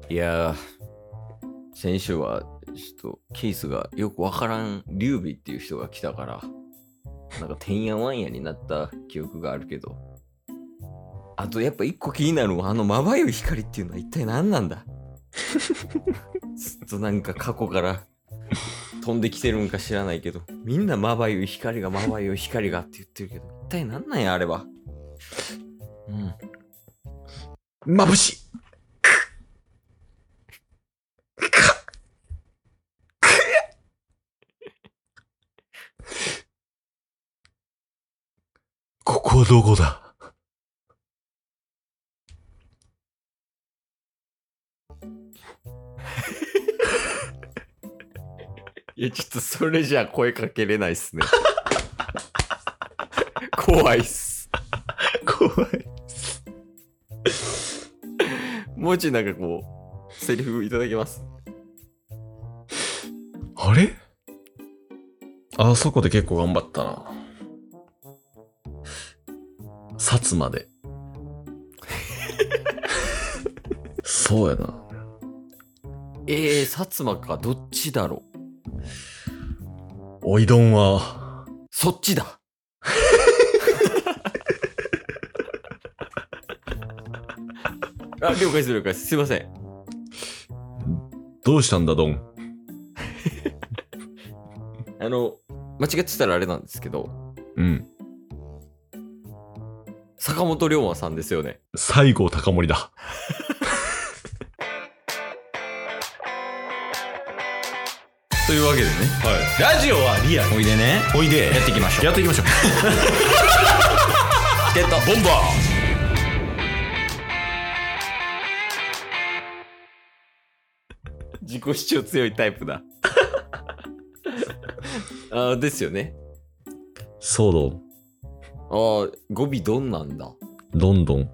いやー、先週はちょっとケースがよくわからん劉備っていう人が来たから、なんかてんやわんやになった記憶があるけど、あとやっぱ一個気になるのは、あのまばゆい光っていうのは一体何なんだ。ずっとなんか過去から飛んできてるんか知らないけど、みんなまばゆい光がまばゆい光がって言ってるけど、一体何なんやあれは。 眩しい。ここはどこだ？ いや、ちょっとそれじゃ声かけれないっすね。怖いっす。 怖い。 もうちょいなんかこう、セリフいただけます？ あれ？あそこで結構頑張ったな。薩摩で。そうやな。 薩摩か、どっちだろう。 おいどんは、 そっちだ。あ、了解です、了解です。すいません。 どうしたんだドン。 間違ってたらあれなんですけど、 うん。 坂本龍馬さんですよね。 西郷隆盛だ。 というわけでね。 はい。ラジオはリアル。 おいでね。 おいで。 やっていきましょう。 やっていきましょう。 ゲットボンバ自己主張強いタイプだ。あーですよね。 ー。そうどああ、語尾どんなんだ。 どんどん。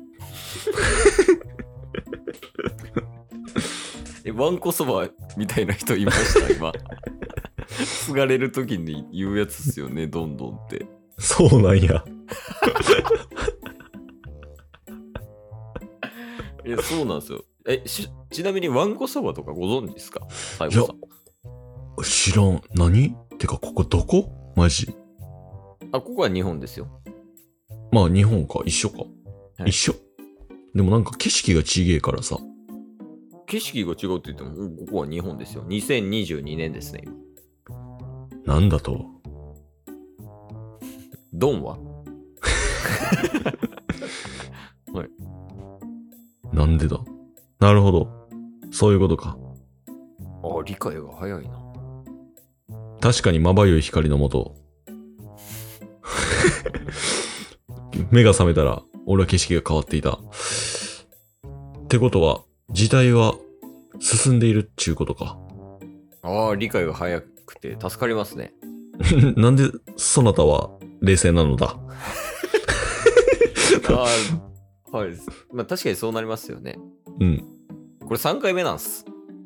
わんこそばみたいな人いました今。すがれるときに言うやつっすよね、どんどんって。 そうなんや。 いや、そうなんですよ。ちなみにわんこそばとかご存知ですか？西郷さん。 知らん。何？てか、ここどこ？マジ。 あ、ここは日本ですよ。 まあ、日本か。一緒か。 はい、 一緒。でもなんか景色がちげえからさ。 景色が違うって言っても、ここは日本ですよ。2022年ですね、今。 なんだと？ ドンははい。 なんでだ？なるほど。そういうことか。 あ、理解が早いな。 確かにまばゆい光のもと。目が覚めたら、俺は景色が変わっていた。ってことは、時代は進んでいるっちゅうことか。 ああ、理解が早くて助かりますね。 なんで、そなたは冷静なのだ？ ああ、はい。まあ確かにそうなりますよね。 うん。 これ3回目なんす。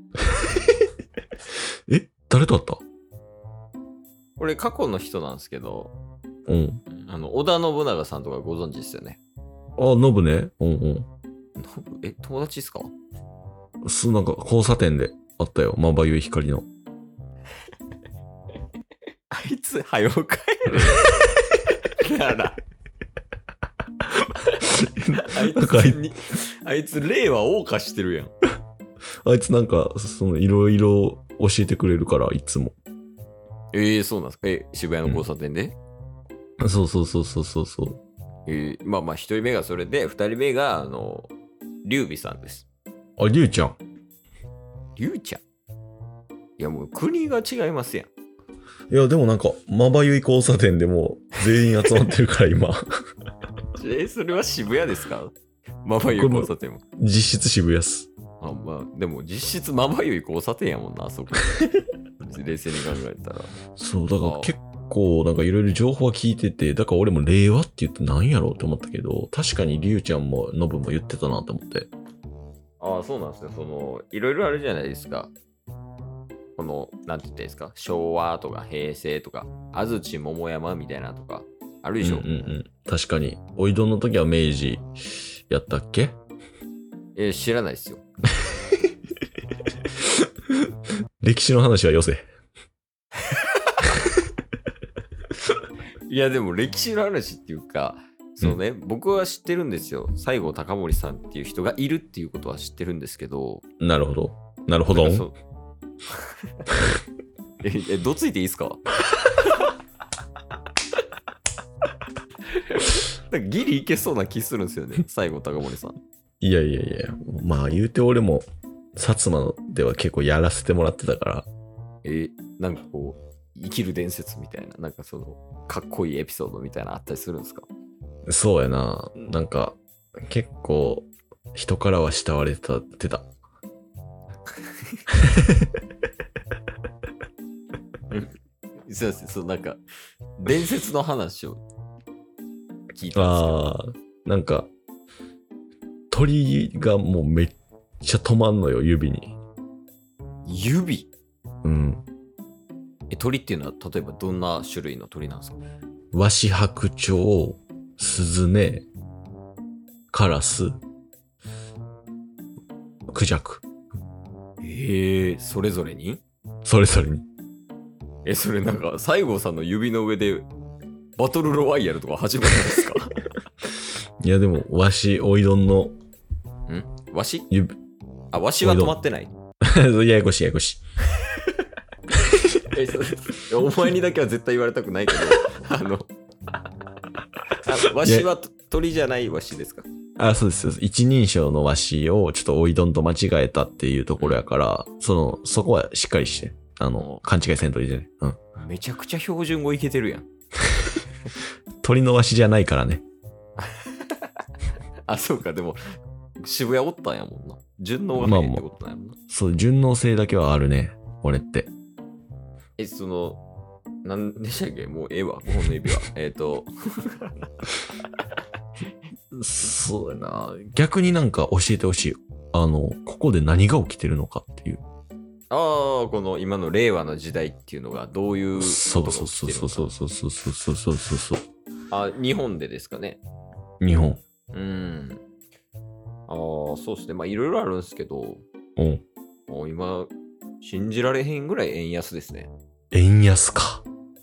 え？誰と会った？ これ過去の人なんですけど、 うん。 織田信長さんとかご存知ですよね。 あ、ノブね。うん友達ですか？ うん。なんか交差点であったよ。まばゆい光の。 あいつ、はよ帰れ。だから。あいつ、令和謳歌してるやん。 あいつなんか、いろいろ教えてくれるから、いつも。 そうなんですか？渋谷の交差点で、 そうそうそうそうそうそう。 まあまあ、一人目がそれで、二人目が、劉備さんです。 あ、りゅうちゃん。 劉ちゃん？いや、もう国が違いますやん。 いや、でもなんか、まばゆい交差点でもう全員集まってるから、今。 それは渋谷ですか？まばゆい交差点も。 実質渋谷っす。 あ、まあ、でも実質まばゆい交差点やもんな、あそこ。冷静に考えたら。 そう、だから結構、なんかいろいろ情報は聞いてて、だから俺も令和って言って何やろうって思ったけど、確かにりゅうちゃんもノブも言ってたなと思って。 ああ、そうなんですね。いろいろあるじゃないですか。なんて言ったらいいですか、昭和とか平成とか、安土桃山みたいなとか、あるでしょ。 確かに。おいどんの時は明治やったっけ？ 知らないですよ。 歴史の話はよせ。 いやでも歴史の話っていうか、そうね、僕は知ってるんですよ。西郷隆盛さんっていう人がいるっていうことは知ってるんですけど。 なるほど。なるほど。 どついていいですか？なんかギリいけそうな気するんですよね、西郷隆盛さん。 いやいやいや、まあ言うて俺も薩摩では結構やらせてもらってたから。 なんかこう、生きる伝説みたいな、なんかその、かっこいいエピソードみたいなあったりするんですか？ そうやな。なんか、結構、人からは慕われてた。 そうですね、そう、なんか、伝説の話を聞いたんですけど。 ああ、なんか、鳥がもうめっちゃ止まんのよ、指に。 指？ うん。 鳥っていうのは、例えばどんな種類の鳥なんですか？ ワシ白鳥、スズメ、カラス、クジャク。 それぞれに？ それぞれに。 それなんか、西郷さんの指の上で、バトルロワイヤルとか始まるんですか？ いやでも、ワシ、おいどんの、 わし？ 指。 わしは止まってない。 ややこしいややこしい。 お前にだけは絶対言われたくないけど、わしは鳥じゃないわしですか？ そうです。一人称のわしをちょっとおいどんと間違えたっていうところやから、そこはしっかりして、勘違いせんといてね。うん。 めちゃくちゃ標準語いけてるやん。 鳥のわしじゃないからね。 そうか、でも、渋谷おったんやもんな。順応がないってことなんやもんな。 そう、順応性だけはあるね。俺って。 なんでしたっけ？もうわ、5本の指は。 そうやな。逆になんか教えてほしい。ここで何が起きてるのかっていう。 この今の令和の時代っていうのがどういうことが起きてるのか。 そう。 日本でですかね。 日本。 そうですね。まあいろいろあるんですけど、今、信じられへんぐらい円安ですね。 円安か。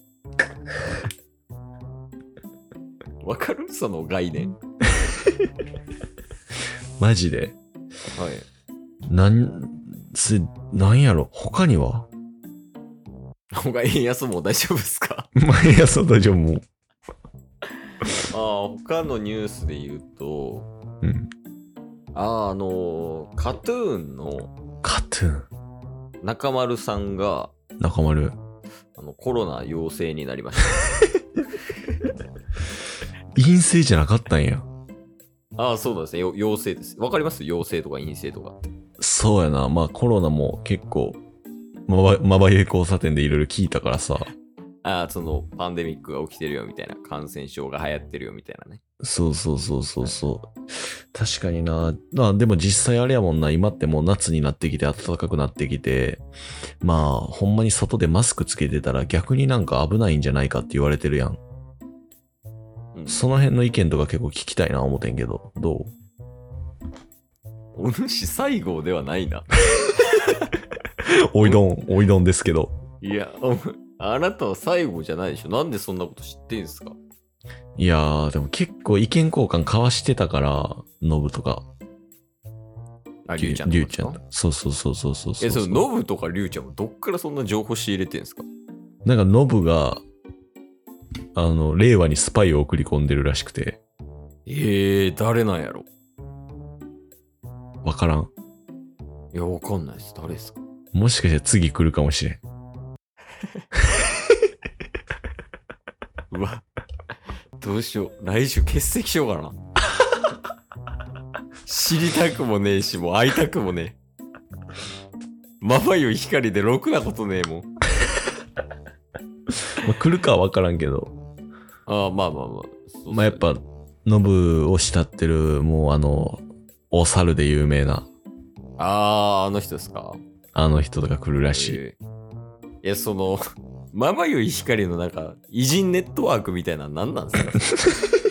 わかる？その概念。 マジで。 はい。 なんやろ他には？ 円安も大丈夫ですか？ 円安は大丈夫もう。 他のニュースで言うと、カトゥーンの中丸さんがコロナ陽性になりました。 陰性じゃなかったんや。 そうなんですね。陽性です。わかります？陽性とか陰性とか。 そうやな。まあコロナも結構まばゆい交差点でいろいろ聞いたからさ。 そのパンデミックが起きてるよみたいな、感染症が流行ってるよみたいなね。 そう。確かにな。でも実際あれやもんな。今ってもう夏になってきて暖かくなってきて、まあほんまに外でマスクつけてたら逆になんか危ないんじゃないかって言われてるやん。その辺の意見とか結構聞きたいな思ってんけど、どう？ お主西郷ではないな。 おいどんですけど。 いや、あなたは西郷じゃないでしょ。なんでそんなこと知ってんすか？ いやー、でも結構意見交換交わしてたから、ノブとか。 リュウちゃんとかですか？ そう。 そのノブとかリュウちゃんもどっからそんな情報仕入れてんすか？ なんかノブが、令和にスパイを送り込んでるらしくて。 誰なんやろ？ わからん。 いや、わかんないです。誰ですか？ もしかしたら次来るかもしれん。 うわ、どうしよう。来週欠席しようかな。知りたくもねえし、もう会いたくもねえ。まばゆい光でろくなことねえもん。 来るかはわからんけど。 まあ。 やっぱ、ノブを慕ってる、もうお猿で有名な。 あの人ですか？ あの人とか来るらしい。 いや、まばゆい光の偉人ネットワークみたいなの何なんですか？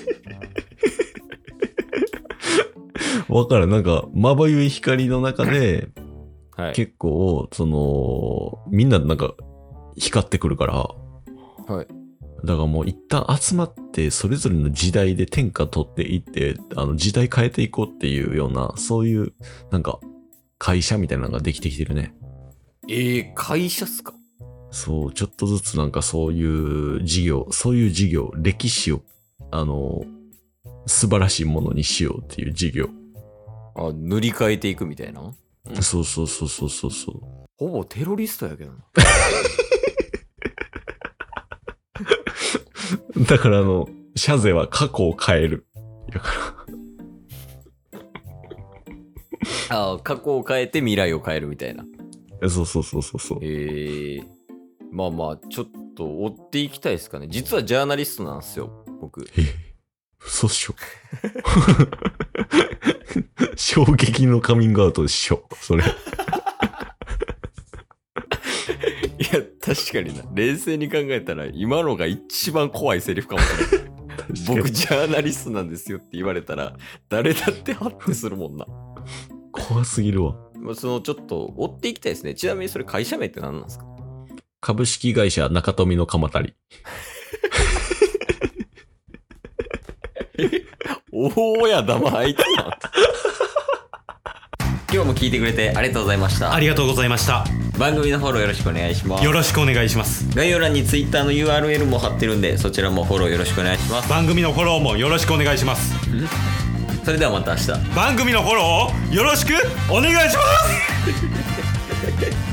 わからん。まばゆい光の中で、 はい。 結構、みんななんか光ってくるから、 はい。 だからもう一旦集まって、それぞれの時代で天下取っていって、時代変えていこうっていうような、そういう、なんか、会社みたいなのができてきてるね。 会社っすか？ そう、ちょっとずつなんかそういう事業、歴史を、素晴らしいものにしようっていう事業。 塗り替えていくみたいな。 そうそうそうそうそう。 ほぼテロリストやけどな。 だからシャゼは過去を変える。だか過去を変えて未来を変えるみたいな。 ら。そうそう。 まあまあ、ちょっと追っていきたいですかね。実はジャーナリストなんですよ、僕。 嘘っしょ。衝撃のカミングアウトでしょ、それ。 いや、確かにな。冷静に考えたら、今のが一番怖いセリフかもしれない。僕、ジャーナリストなんですよって言われたら、誰だってハッてするもんな。 怖すぎるわ。 ちょっと追っていきたいですね。ちなみにそれ会社名って何なんですか？ 株式会社中富の鎌足り。 おやだまあいつな。今日も聞いてくれてありがとうございました。 ありがとうございました。 番組のフォローよろしくお願いします。 よろしくお願いします。 概要欄に Twitter の URL も貼ってるんで、そちらもフォローよろしくお願いします。 番組のフォローもよろしくお願いします。 それではまた明日。 番組のフォローをよろしくお願いします。